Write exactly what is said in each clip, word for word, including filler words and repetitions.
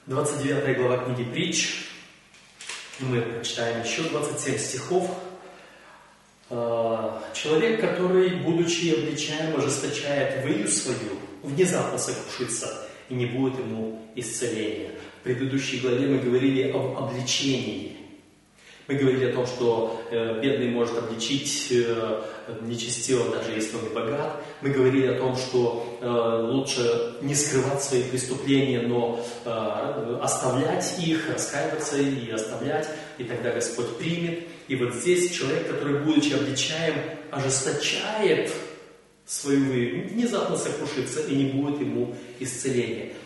двадцать девятая глава книги Притч. Мы прочитаем еще двадцать семь стихов. Человек, который, будучи обличаем, ожесточает выю свою, внезапно сокрушится, и не будет ему исцеления. В предыдущей главе мы говорили об обличении. Мы говорили о том, что э, бедный может обличить э, нечестивого, даже если он и богат. Мы говорили о том, что э, лучше не скрывать свои преступления, но э, оставлять их, раскаиваться и оставлять, и тогда Господь примет. И вот здесь человек, который, будучи обличаем, ожесточает свою выю, внезапно сокрушится, и не будет ему исцеления.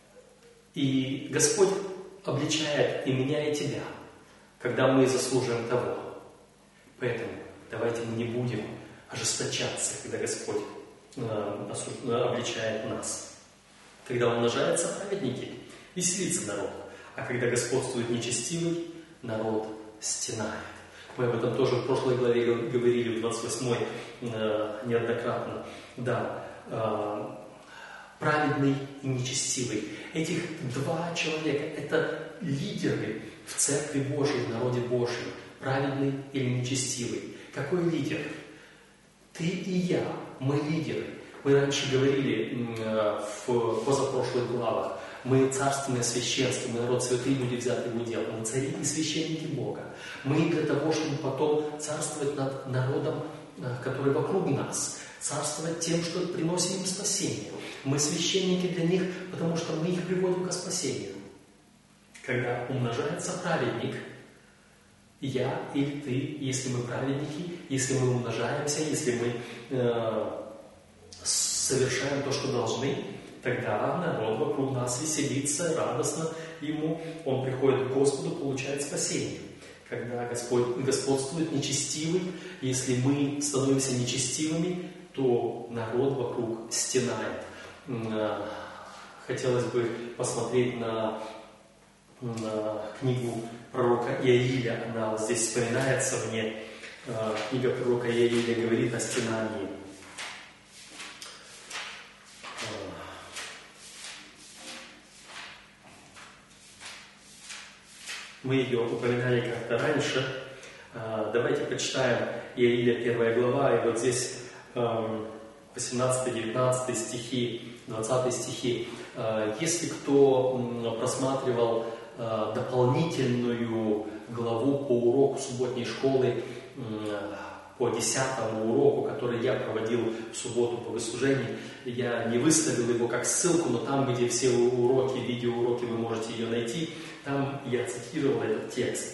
И Господь обличает и меня, и тебя, когда мы заслуживаем того. Поэтому давайте мы не будем ожесточаться, когда Господь э, обличает нас. Когда умножаются праведники, веселится народ. А когда господствует нечестивый, народ стенает. Мы об этом тоже в прошлой главе говорили, в двадцать восьмой э, неоднократно. Да, э, праведный и нечестивый. Этих два человека – это лидеры в Церкви Божьей, в народе Божьем. Праведный или нечестивый. Какой лидер? Ты и я, мы лидеры. Мы раньше говорили э, в позапрошлых главах. Мы царственное священство, мы народ святый, люди взятые в удел. Мы цари и священники Бога. Мы для того, чтобы потом царствовать над народом, который вокруг нас. Царствовать тем, что приносим им спасение. Мы священники для них, потому что мы их приводим к спасению. Когда умножается праведник, я или ты, если мы праведники, если мы умножаемся, если мы э, совершаем то, что должны, тогда народ вокруг нас веселится, радостно ему, он приходит к Господу, получает спасение. Когда Господь господствует нечестивый, если мы становимся нечестивыми, то народ вокруг стенает. Хотелось бы посмотреть на, на книгу пророка Иаиля. Она вот здесь вспоминается мне. Книга пророка Иаиля говорит о стенании. Мы ее упоминали как-то раньше. Давайте почитаем Иаиля первая глава, и вот здесь восемнадцатый-девятнадцатый стихи, двадцатый стихи. Если кто просматривал дополнительную главу по уроку субботней школы, по десятому уроку, который я проводил в субботу по богослужению, я не выставил его как ссылку, но там, где все уроки, видеоуроки, вы можете ее найти, там я цитировал этот текст.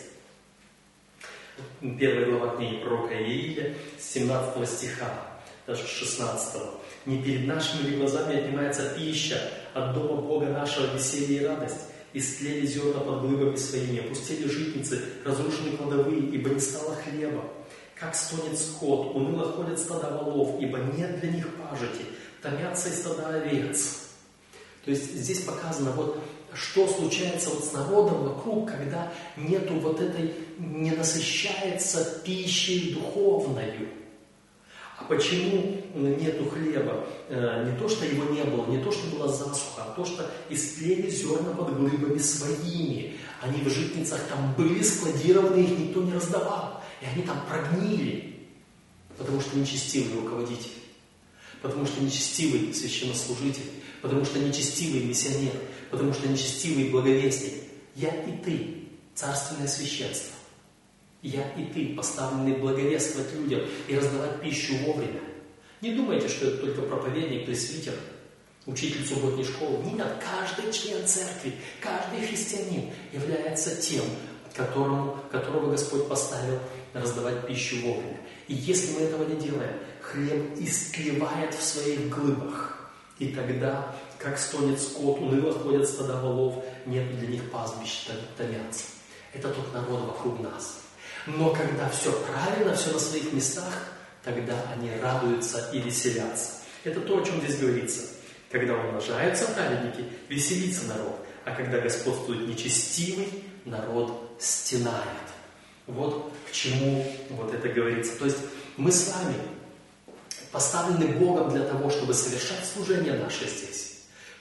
Первая глава книги пророка Иаиля, с семнадцатого стиха, даже с шестнадцатого. «Не перед нашими ли глазами отнимается пища, от дома Бога нашего веселье и радость? Истлели зерна под глыбами своими, опустили житницы, разрушены кладовые, ибо не стало хлеба. Как стонет скот, уныло ходят стада волов, ибо нет для них пажити, томятся и стада овец». То есть здесь показано, вот, что случается вот с народом вокруг, когда нету вот этой, не насыщается пищей духовною. А почему нету хлеба? Не то, что его не было, не то, что была засуха, а то, что истлели зерна под глыбами своими. Они в житницах там были складированы, их никто не раздавал. И они там прогнили, потому что нечестивый руководитель, потому что нечестивый священнослужитель, потому что нечестивый миссионер, потому что нечестивый благовестник. Я и ты, царственное священство. Я и ты, поставлены благовествовать людям и раздавать пищу вовремя. Не думайте, что это только проповедник, пресвитер, учитель субботней школы. Нет, каждый член церкви, каждый христианин является тем, которому, которого Господь поставил раздавать пищу вовремя. И если мы этого не делаем, хлеб истлевает в своих глыбах. И тогда, как стонет скот, уныло ходят стада волов, нет для них пастбищ, томятся. Это тот народ вокруг нас. Но когда все правильно, все на своих местах, тогда они радуются и веселятся. Это то, о чем здесь говорится. Когда умножаются праведники, веселится народ. А когда господствует нечестивый, народ стенает. Вот к чему вот это говорится. То есть мы с вами поставлены Богом для того, чтобы совершать служение наше здесь.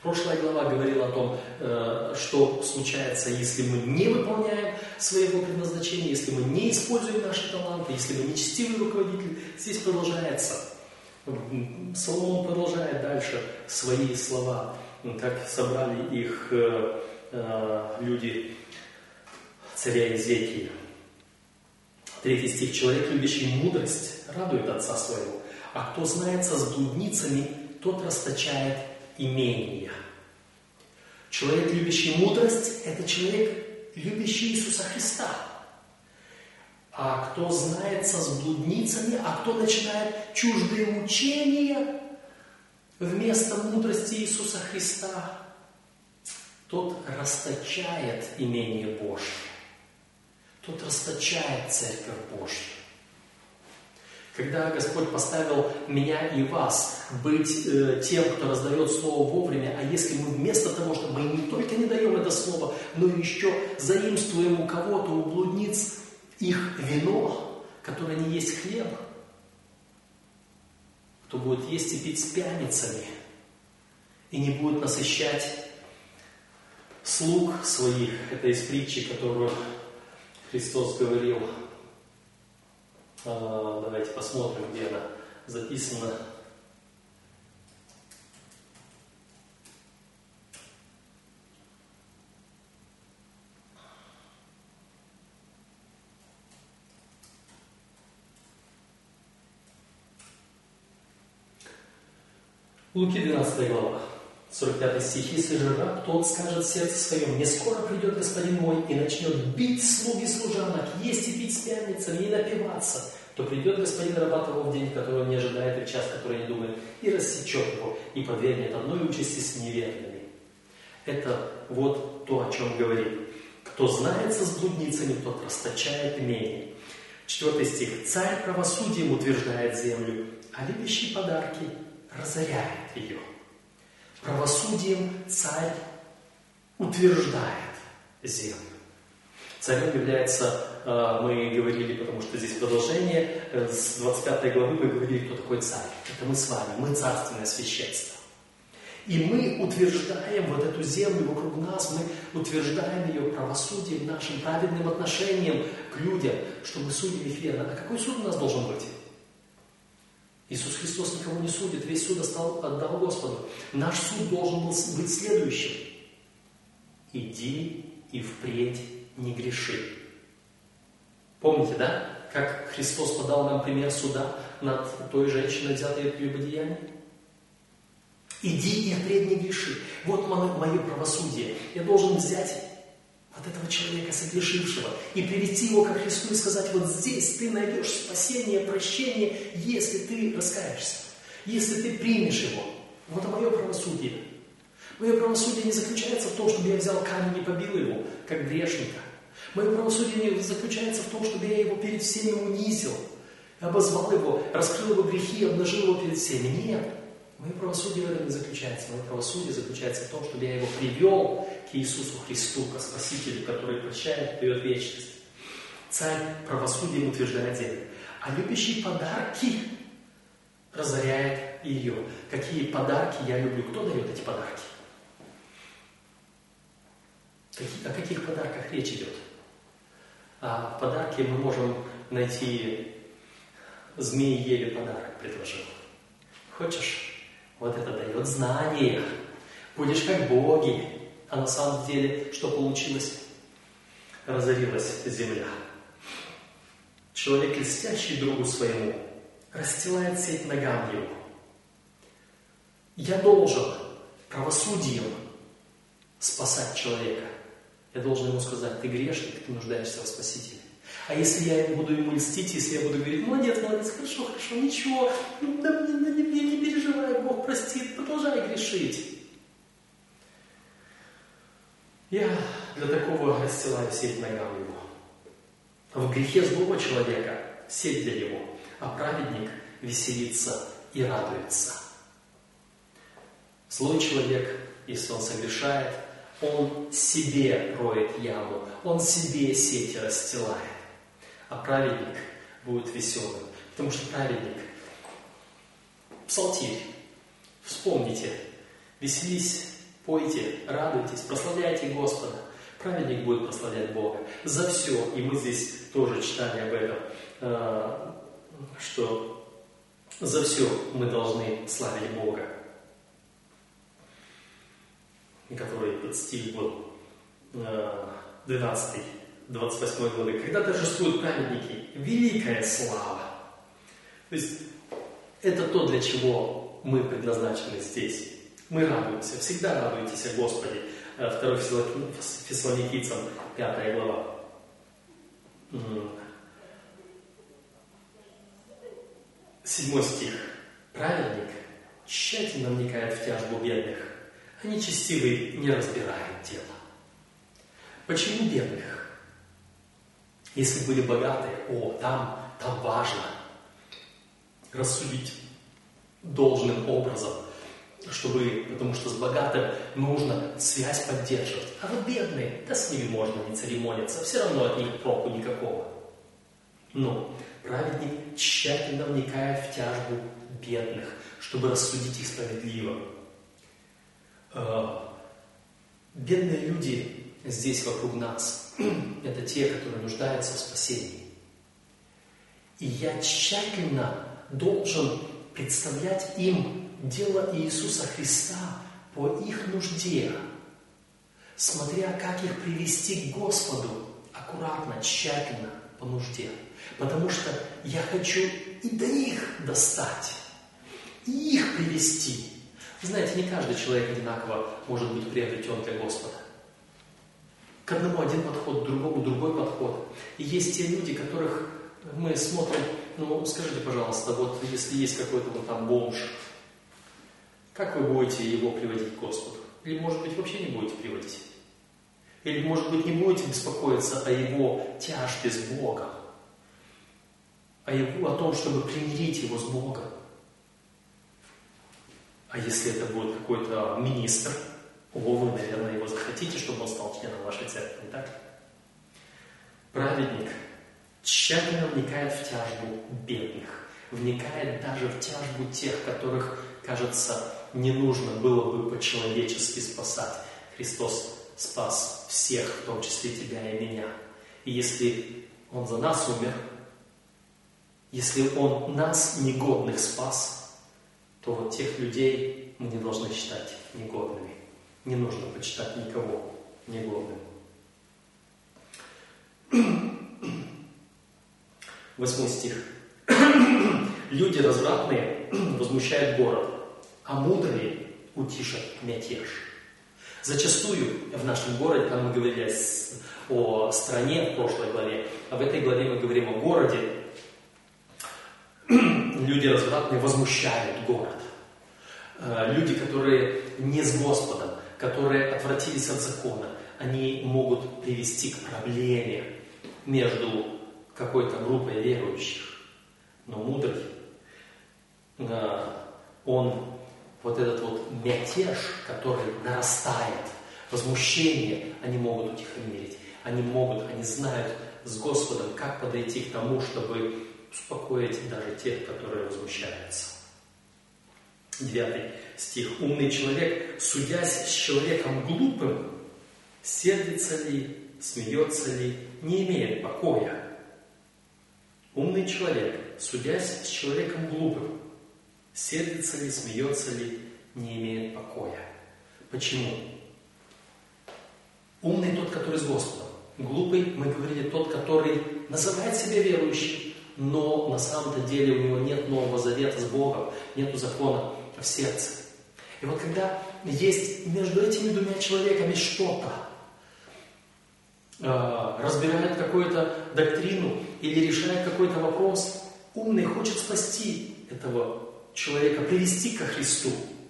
Прошлая глава говорила о том, что случается, если мы не выполняем своего предназначения, если мы не используем наши таланты, если мы нечестивый руководитель. Здесь продолжается. Соломон продолжает дальше свои слова, как собрали их люди царя Иезекия. Третий стих. «Человек, любящий мудрость, радует отца своего, а кто знается с блудницами, тот расточает имения». Человек, любящий мудрость, это человек, любящий Иисуса Христа. А кто знается с блудницами, а кто начинает чуждые учения вместо мудрости Иисуса Христа, тот расточает имение Божье. Тот расточает Церковь Божью. Когда Господь поставил меня и вас быть э, тем, кто раздает Слово вовремя, а если мы вместо того, чтобы мы не только не даем это Слово, но еще заимствуем у кого-то, у блудниц, их вино, которое не есть хлеб, кто будет есть и пить с пьяницами и не будет насыщать слуг своих. Это из притчи, которую Христос говорил. Давайте посмотрим, где она записана. Луки двенадцатая глава, сорок пятый стих. «Если же раб тот скажет в сердце своем: не скоро придет господин мой, и начнет бить слуг и служанок, есть и пить с пьяницами, и напиваться, то придет господин раба того в день, которого он не ожидает, и в час, который не думает, и рассечет его, и подвергнет одной участи с неверными». Это вот то, о чем говорит. «Кто знается с блудницами, тот расточает имение». Четвертый стих. «Царь правосудием утверждает землю, а любящий подарки разоряет ее». Правосудием царь утверждает землю. Царем является, мы говорили, потому что здесь продолжение, с двадцать пятой главы мы говорили, кто такой царь. Это мы с вами, мы царственное священство. И мы утверждаем вот эту землю вокруг нас, мы утверждаем ее правосудием, нашим праведным отношением к людям, чтобы судили их верно. А какой суд у нас должен быть? Иисус Христос никого не судит, весь суд отдал, отдал Господу. Наш суд должен был быть следующим. Иди и впредь не греши. Помните, да? Как Христос подал нам пример суда над той женщиной, взятой от прелюбодеяния? Иди и впредь не греши. Вот мое правосудие. Я должен взять вот этого человека, согрешившего, и привести его ко Христу и сказать: вот здесь ты найдешь спасение, прощение, если ты раскаешься, если ты примешь его. Вот мое правосудие. Мое правосудие не заключается в том, чтобы я взял камень и побил его, как грешника. Мое правосудие не заключается в том, чтобы я его перед всеми унизил, обозвал его, раскрыл его грехи, обнажил его перед всеми. Нет. Мое правосудие в этом не заключается. Мое правосудие заключается в том, чтобы я его привел к Иисусу Христу, к Спасителю, который прощает и дает вечность. Царь правосудием утверждает землю, а любящий подарки разоряет ее. Какие подарки я люблю? Кто дает эти подарки? Какие, о каких подарках речь идет? А в подарке мы можем найти: змей Еве подарок предложил. Хочешь? Вот это дает знание. Будешь как боги. А на самом деле, что получилось? Разорилась земля. Человек, льстящий другу своему, расстилает сеть ногам его. Я должен правосудием спасать человека. Я должен ему сказать: ты грешник, ты нуждаешься в Спасителе. А если я буду ему льстить, если я буду говорить: молодец, молодец, хорошо, хорошо, ничего, да, не, не, не переживай, Бог простит, продолжай грешить. Я для такого расстилаю сеть ногам его. В грехе злого человека сеть для него, а праведник веселится и радуется. Злой человек, если он согрешает, он себе роет яму, он себе сети расстилает. А праведник будет веселым. Потому что праведник, псалтирь, вспомните: веселись Пойте, радуйтесь, прославляйте Господа. Праведник будет прославлять Бога за все. И мы здесь тоже читали об этом, что за все мы должны славить Бога. И который этот стих был двенадцатый, двадцать восьмой главы. Когда торжествуют праведники, великая слава. То есть это то, для чего мы предназначены здесь. Мы радуемся, всегда радуйтесь о Господе. второй Фессалоникийцам, пятая глава. седьмой стих. Праведник тщательно вникает в тяжбу бедных, а нечестивый не разбирает дело. Почему бедных? Если были богатые, о, там, там важно рассудить должным образом, чтобы, потому что с богатым нужно связь поддерживать. А вот бедные, да с ними можно не церемониться, все равно от них проку никакого. Но праведник тщательно вникает в тяжбу бедных, чтобы рассудить их справедливо. Бедные люди здесь вокруг нас – это те, которые нуждаются в спасении. И я тщательно должен представлять им дело Иисуса Христа по их нужде, смотря как их привести к Господу аккуратно, тщательно, по нужде. Потому что я хочу и до них достать, и их привести. Вы знаете, не каждый человек одинаково может быть приобретен для Господа. К одному один подход, к другому другой подход. И есть те люди, которых мы смотрим, ну скажите, пожалуйста, вот если есть какой-то вот там бомж, как вы будете его приводить к Господу? Или, может быть, вообще не будете приводить? Или, может быть, не будете беспокоиться о его тяжбе с Богом? О, его, о том, чтобы примирить его с Богом? А если это будет какой-то министр, о, вы, наверное, его захотите, чтобы он стал членом вашей церкви, не так? Праведник тщательно вникает в тяжбу бедных, вникает даже в тяжбу тех, которых, кажется, не нужно было бы по-человечески спасать. Христос спас всех, в том числе тебя и меня. И если Он за нас умер, если Он нас, негодных, спас, то вот тех людей мы не должны считать негодными. Не нужно почитать никого негодным. Восьмой стих. Люди развратные возмущают город, а мудрые утишат мятеж. Зачастую в нашем городе, там мы говорили о стране в прошлой главе, а в этой главе мы говорим о городе, люди развратные возмущают город. Люди, которые не с Господом, которые отвратились от закона, они могут привести к проблеме между какой-то группой верующих. Но мудрый, он, вот этот вот мятеж, который нарастает, возмущение, они могут утихомирить. Они могут, они знают с Господом, как подойти к тому, чтобы успокоить даже тех, которые возмущаются. Девятый стих. Умный человек, судясь с человеком глупым, сердится ли, смеется ли, не имеет покоя. Умный человек, судясь с человеком глупым, сердится ли, смеется ли, не имеет покоя. Почему? Умный тот, который с Господом. Глупый, мы говорили, тот, который называет себя верующим, но на самом-то деле у него нет Нового Завета с Богом, нет закона в сердце. И вот когда есть между этими двумя человеками что-то, э, разбирает какую-то доктрину или решает какой-то вопрос, умный хочет спасти этого человека, привести ко Христу.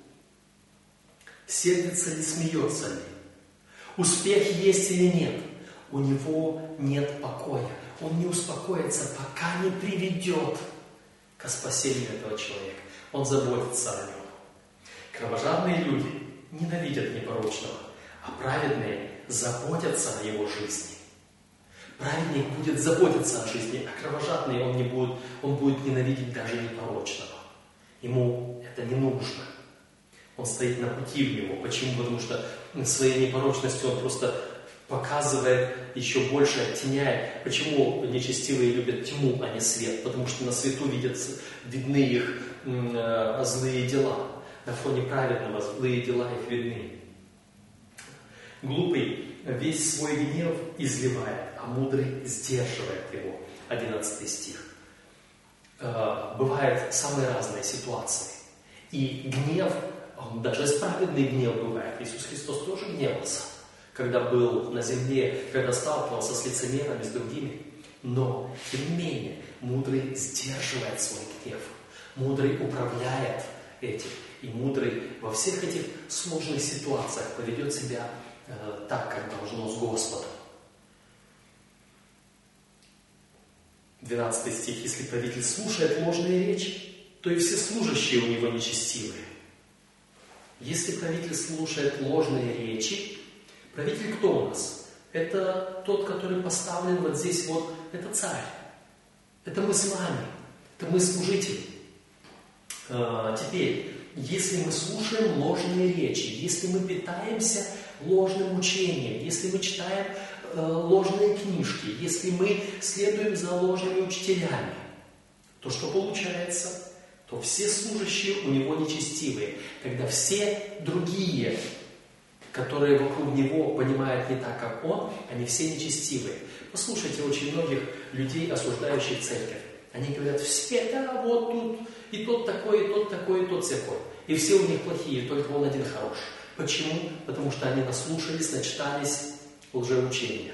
Сердится ли, смеется ли? Успех есть или нет? У него нет покоя. Он не успокоится, пока не приведет к спасению этого человека. Он заботится о нем. Кровожадные люди ненавидят непорочного, а праведные заботятся о его жизни. Праведник будет заботиться о жизни, а кровожадный он, не будет, он будет ненавидеть даже непорочного. Ему это не нужно. Он стоит на пути в него. Почему? Потому что своей непорочностью он просто показывает, еще больше оттеняет. Почему нечестивые любят тьму, а не свет? Потому что на свету видятся, видны их э, злые дела. На фоне праведного злые дела их видны. Глупый весь свой гнев изливает, а мудрый сдерживает его. одиннадцатый стих. Э, бывают самые разные ситуации. И гнев, он даже праведный гнев бывает. Иисус Христос тоже гневался, когда был на земле, когда сталкивался с лицемерами, с другими. Но, тем не менее, мудрый сдерживает свой гнев. Мудрый управляет этим. И мудрый во всех этих сложных ситуациях поведет себя э, так, как должно с Господом. двенадцатый стих. Если правитель слушает ложные речи, то и все служащие у него нечестивые. Если правитель слушает ложные речи, правитель кто у нас? Это тот, который поставлен вот здесь вот, это царь. Это мы с вами, это мы служители. А, теперь, если мы слушаем ложные речи, если мы питаемся ложным учением, если мы читаем э, ложные книжки, если мы следуем за ложными учителями, то что получается? То все служащие у него нечестивые, когда все другие, которые вокруг него понимают не так, как он, они все нечестивые. Послушайте очень многих людей, осуждающих церковь. Они говорят, все, да, вот тут, и тот такой, и тот такой, и тот всякой. И все у них плохие, только он один хороший. Почему? Потому что они наслушались, начитались лжеучения.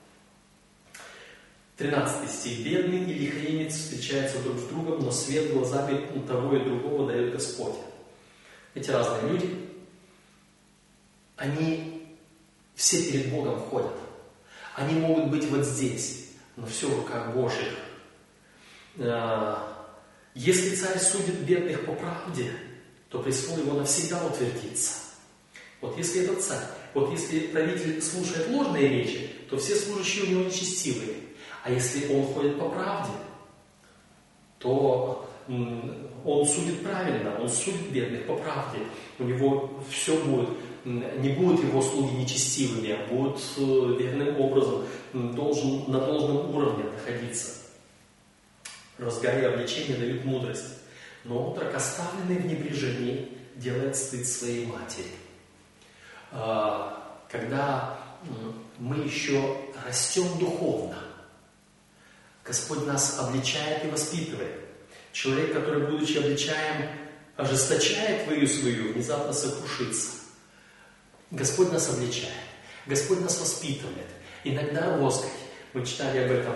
тринадцатый стих. Бедный и лихаимец встречаются друг с другом, но свет глазами того и другого дает Господь. Эти разные люди, они все перед Богом ходят. Они могут быть вот здесь, но все в руках Божьих. Если царь судит бедных по правде, то престол его навсегда утвердится. Вот если этот царь, вот если правитель слушает ложные речи, то все служащие у него нечестивые. А если он ходит по правде, то он судит правильно, он судит бедных по правде. У него все будет, не будут его слуги нечестивыми, а будут верным образом должен, на должном уровне находиться. Разгар и обличение дают мудрость, но отрок, оставленный в небрежении, делает стыд своей матери. Когда мы еще растем духовно, Господь нас обличает и воспитывает. Человек, который, будучи обличаем, ожесточает вою свою, внезапно сокрушится. Господь нас обличает, Господь нас воспитывает. Иногда роскошь. Мы читали об этом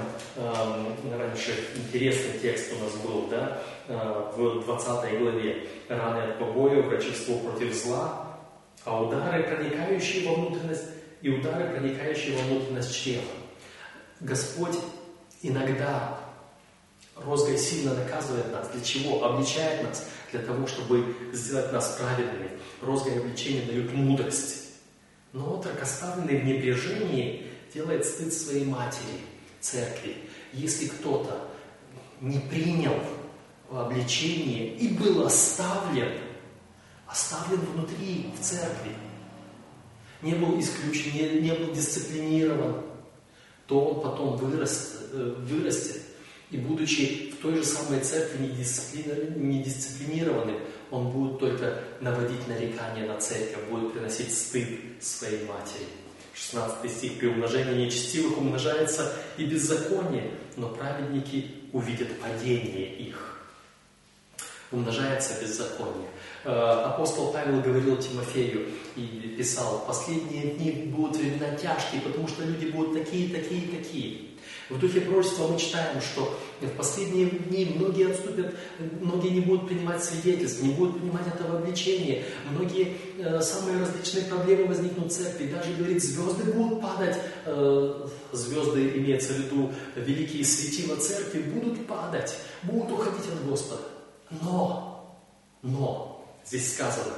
э, раньше, интересный текст у нас был, да, э, в двадцатой главе. Раны от побоя, врачество против зла, а удары, проникающие во внутренность, и удары, проникающие во внутренность чрева. Господь иногда розгой сильно наказывает нас. Для чего? Обличает нас. Для того, чтобы сделать нас праведными. Розгой и обличение дают мудрость. Но отрок, оставленный в небрежении, делает стыд своей матери, церкви. Если кто-то не принял обличение и был оставлен, оставлен внутри, в церкви, не был исключен, не, не был дисциплинирован, то он потом вырастет, вырастет и, будучи в той же самой церкви недисциплинированным, он будет только наводить нарекания на церковь, будет приносить стыд своей матери. шестнадцатый стих. При умножении нечестивых умножается и беззаконие, но праведники увидят падение их. Умножается беззаконие. Апостол Павел говорил Тимофею и писал: последние дни будут времена тяжкие, потому что люди будут такие, такие, такие. В духе пророчества мы читаем, что в последние дни многие отступят, многие не будут принимать свидетельств, не будут принимать этого обличения, многие э, самые различные проблемы возникнут в церкви. Даже, говорит, звезды будут падать, э, звезды, имеется в виду великие светила церкви, будут падать, будут уходить от Господа. Но, но, здесь сказано,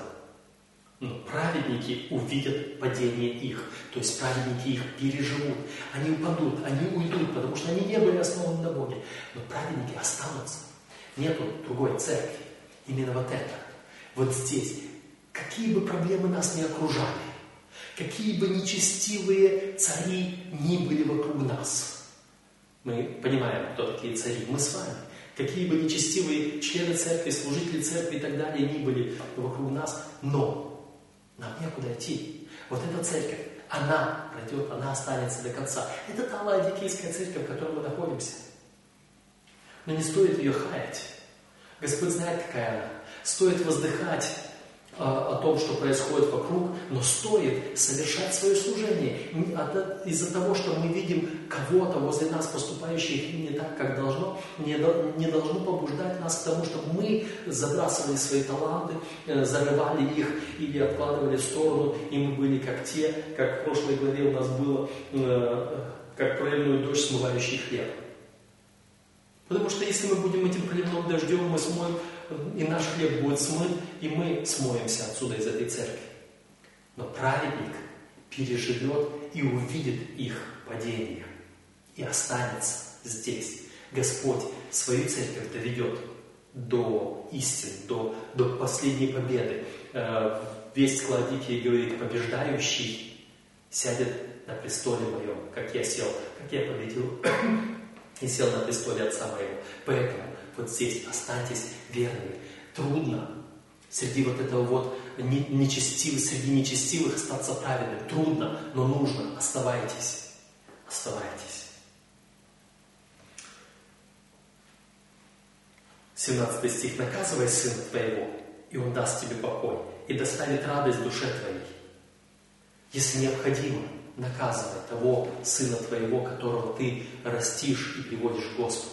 но праведники увидят падение их. То есть праведники их переживут. Они упадут, они уйдут, потому что они не были основаны на Боге. Но праведники останутся. Нету другой церкви. Именно вот это. Вот здесь. какие бы проблемы нас ни окружали, какие бы нечестивые цари ни были вокруг нас. Мы понимаем, кто такие цари, мы с вами. Какие бы нечестивые члены церкви, служители церкви и так далее ни были вокруг нас, но нам некуда идти. Вот эта церковь, она пройдет, она останется до конца. Это та Лаодикийская церковь, в которой мы находимся. Но не стоит ее хаять. Господь знает, какая она. Стоит воздыхать о том, что происходит вокруг, но стоит совершать свое служение. Из-за того, что мы видим кого-то возле нас, поступающих не так, как должно, не, не должно побуждать нас к тому, чтобы мы забрасывали свои таланты, зарывали их или откладывали в сторону, и мы были как те, как в прошлой главе у нас было, как проливной дождь, смывающий хлеб. Потому что если мы будем этим проливным дождем, мы смоем, и наш хлеб будет смыт, и мы смоемся отсюда из этой церкви. Но праведник переживет и увидит их падение, и останется здесь. Господь свою церковь доведет до истины, до, до последней победы. Весть к Лаодикии говорит: побеждающий сядет на престоле моем, как я сел, как я победил и сел на престоле Отца моего. Поэтому вот здесь останьтесь верными. Трудно среди вот этого вот нечестивых, среди нечестивых остаться праведным. Трудно, но нужно. Оставайтесь. Оставайтесь. семнадцатый стих. «Наказывай сына твоего, и он даст тебе покой, и доставит радость душе твоей». Если необходимо, наказывай того сына твоего, которого ты растишь и приводишь к Господу.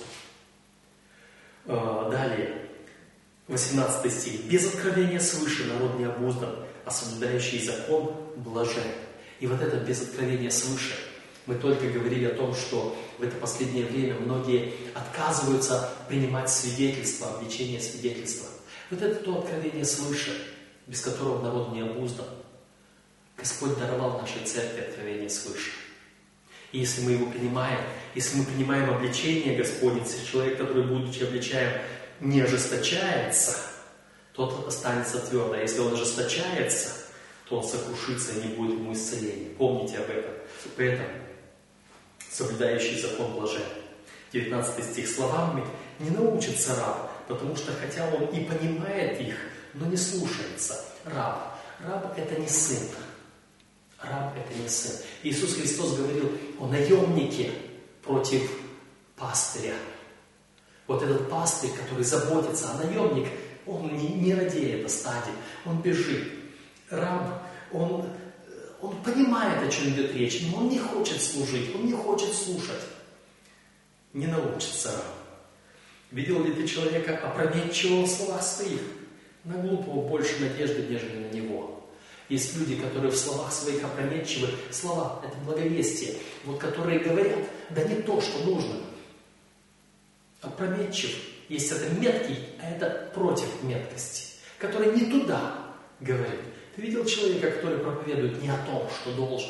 Далее, восемнадцатый стих. «Без откровения свыше народ не обуздан, а соблюдающий закон блажен». И вот это без откровения свыше. Мы только говорили о том, что в это последнее время многие отказываются принимать свидетельство, обличение свидетельства. Вот это то откровение свыше, без которого народ не обуздан. Господь даровал нашей церкви откровение свыше. И если мы его принимаем, если мы принимаем обличение Господне, если человек, который, будучи обличаем, не ожесточается, тот останется твердо. А если он ожесточается, то он сокрушится и не будет ему исцеления. Помните об этом. Поэтому соблюдающий закон блажен. девятнадцатый стих. «Словами не научится раб, потому что хотя он и понимает их, но не слушается». Раб. Раб – это не сын. Раб – это не сын. Иисус Христос говорил о наемнике против пастыря. Вот этот пастырь, который заботится, а наемник, он не, не радеет о стаде, он бежит. Раб, он, он понимает, о чем идет речь, но он не хочет служить, он не хочет слушать. Не научится раб. Видел ли ты человека опрометчивого в словах своих? На глупого больше надежды, нежели на него. Есть люди, которые в словах своих опрометчивы. Слова – это благовестие. Вот которые говорят, да не то, что нужно. Опрометчив. Есть это меткий, а это против меткости. Который не туда говорит. Ты видел человека, который проповедует не о том, что должен?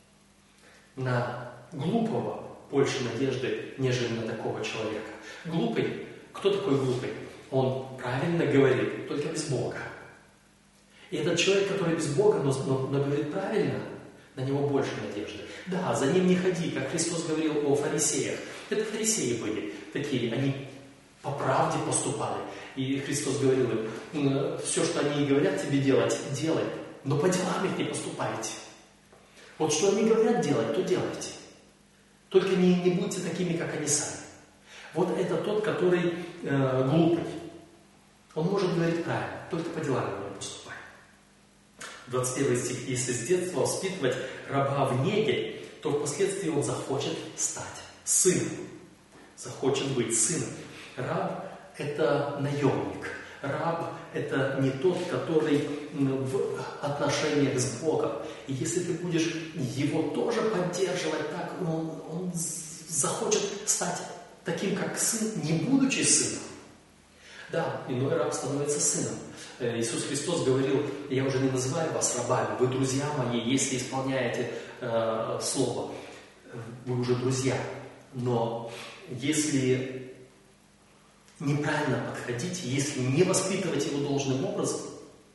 На глупого больше надежды, нежели на такого человека. Глупый. Кто такой глупый? Он правильно говорит, только без Бога. И этот человек, который без Бога, но, но, но говорит правильно, на него больше надежды. Да, за ним не ходи, как Христос говорил о фарисеях. Это фарисеи были такие, они по правде поступали. И Христос говорил им: все, что они говорят тебе делать, делай, но по делам их не поступайте. Вот что они говорят делать, то делайте. Только не, не будьте такими, как они сами. Вот это тот, который э, глупый. Он может говорить правильно, только по делам не поступай. двадцать первый стих. «Если с детства воспитывать раба в неге, то впоследствии он захочет стать сыном». Захочет быть сыном. Раб – это наемник. Раб – это не тот, который в отношениях с Богом. И если ты будешь его тоже поддерживать так, он, он захочет стать таким, как сын, не будучи сыном. Да, иной раб становится сыном. Иисус Христос говорил: я уже не называю вас рабами, вы друзья мои, если исполняете э, Слово, вы уже друзья. Но если неправильно подходите, если не воспитывать его должным образом,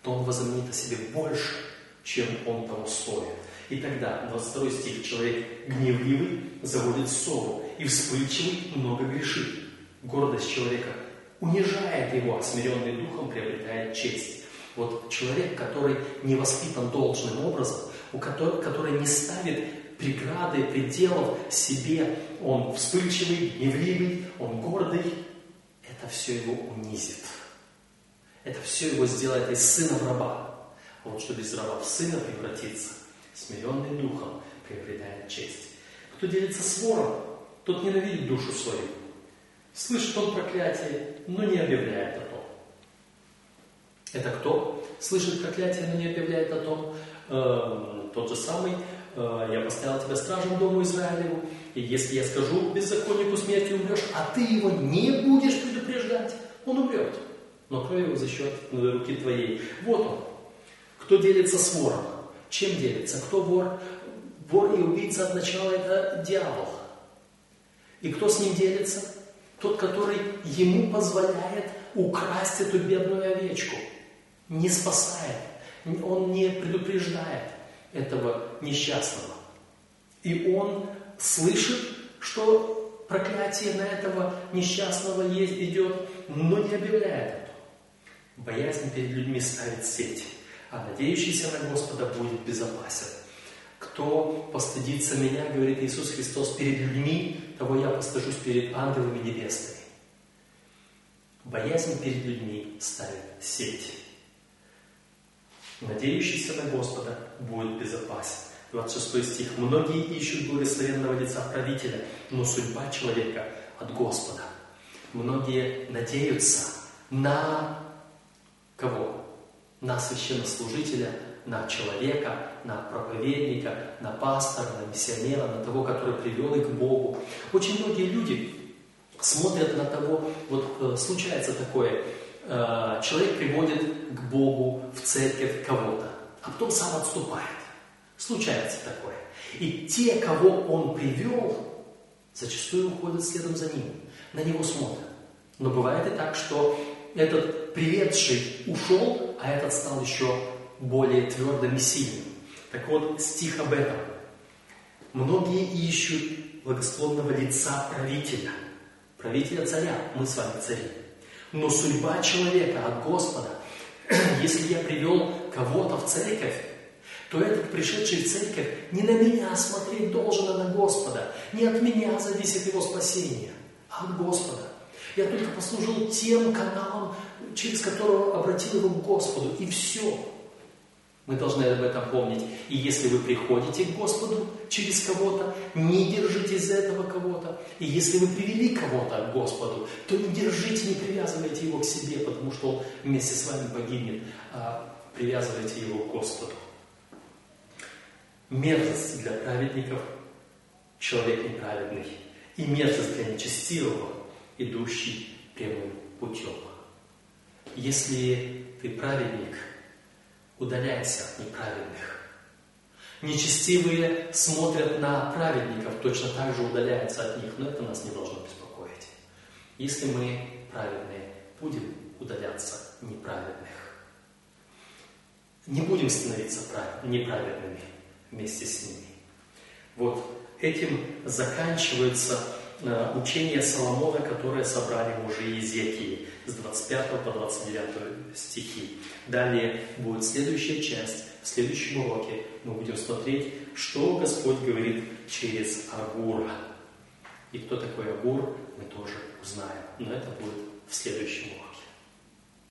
то он возомнит о себе больше, чем он того стоит. И тогда, двадцать второй стих, человек гневливый заводит ссору, и вспыльчивый много грешит. Гордость человека унижает его, а смиренный духом приобретает честь. Вот человек, который не воспитан должным образом, у которого, который не ставит преграды, пределов себе, он вспыльчивый, гневливый, он гордый, это все его унизит. Это все его сделает из сына в раба. А вот чтобы из раба в сына превратиться, смиренный духом приобретает честь. Кто делится с вором, тот ненавидит душу свою. Слышит он проклятие, но не объявляет о том. Это кто? Слышит проклятие, но не объявляет о том. Э, тот же самый. Э, я поставил тебя стражем дому Израилеву, и если я скажу беззаконнику смерти умрешь, а ты его не будешь предупреждать, он умрет. Но кровь его за счет руки твоей. Вот он. Кто делится с вором? Чем делится? Кто вор? Вор и убийца от начала – это дьявол. И кто с ним делится? Тот, который ему позволяет украсть эту бедную овечку. Не спасает. Он не предупреждает этого несчастного. И он слышит, что проклятие на этого несчастного есть, идет, но не объявляет это. Боязнь перед людьми ставит сеть, а надеющийся на Господа будет безопасен. Кто постыдится меня, говорит Иисус Христос, перед людьми, того я постыжусь перед ангелами небесными. Боязнь перед людьми ставит сеть. Надеющийся на Господа будет безопасен. двадцать шестой стих. Многие ищут благословенного лица правителя, но судьба человека от Господа. Многие надеются на кого? На священнослужителя, на человека, на проповедника, на пастора, на миссионера, на того, который привел их к Богу. Очень многие люди смотрят на того, вот случается такое, человек приводит к Богу в церковь кого-то, а потом сам отступает. Случается такое. И те, кого он привел, зачастую уходят следом за ним, на него смотрят. Но бывает и так, что этот приведший ушел, а этот стал еще более твердым и сильным. Так вот, стих об этом. Многие ищут благосклонного лица правителя. Правителя царя, мы с вами цари. Но судьба человека от Господа, если я привел кого-то в церковь, то этот, пришедший в церковь, не на меня смотреть должен, а на Господа. Не от меня зависит его спасение, а от Господа. Я только послужил тем каналом, через которого обратил его к Господу, и все. Мы должны об этом помнить. И если вы приходите к Господу через кого-то, не держитесь за этого кого-то. И если вы привели кого-то к Господу, то не держите, не привязывайте его к себе, потому что он вместе с вами погибнет, а привязывайте его к Господу. Мерзость для праведников – человек неправедный, и мерзость для нечестивого – идущий прямым путем. Если ты праведник, удаляйся от неправедных. Нечестивые смотрят на праведников, точно так же удаляются от них, но это нас не должно беспокоить. Если мы праведные, будем удаляться от неправедных. Не будем становиться неправедными вместе с ними. Вот этим заканчивается э, учение Соломона, которое собрали мужи Иезекии с двадцать пятого по двадцать девятый стихи. Далее будет следующая часть. В следующем уроке мы будем смотреть, что Господь говорит через Агура. И кто такой Агур, мы тоже узнаем. Но это будет в следующем уроке.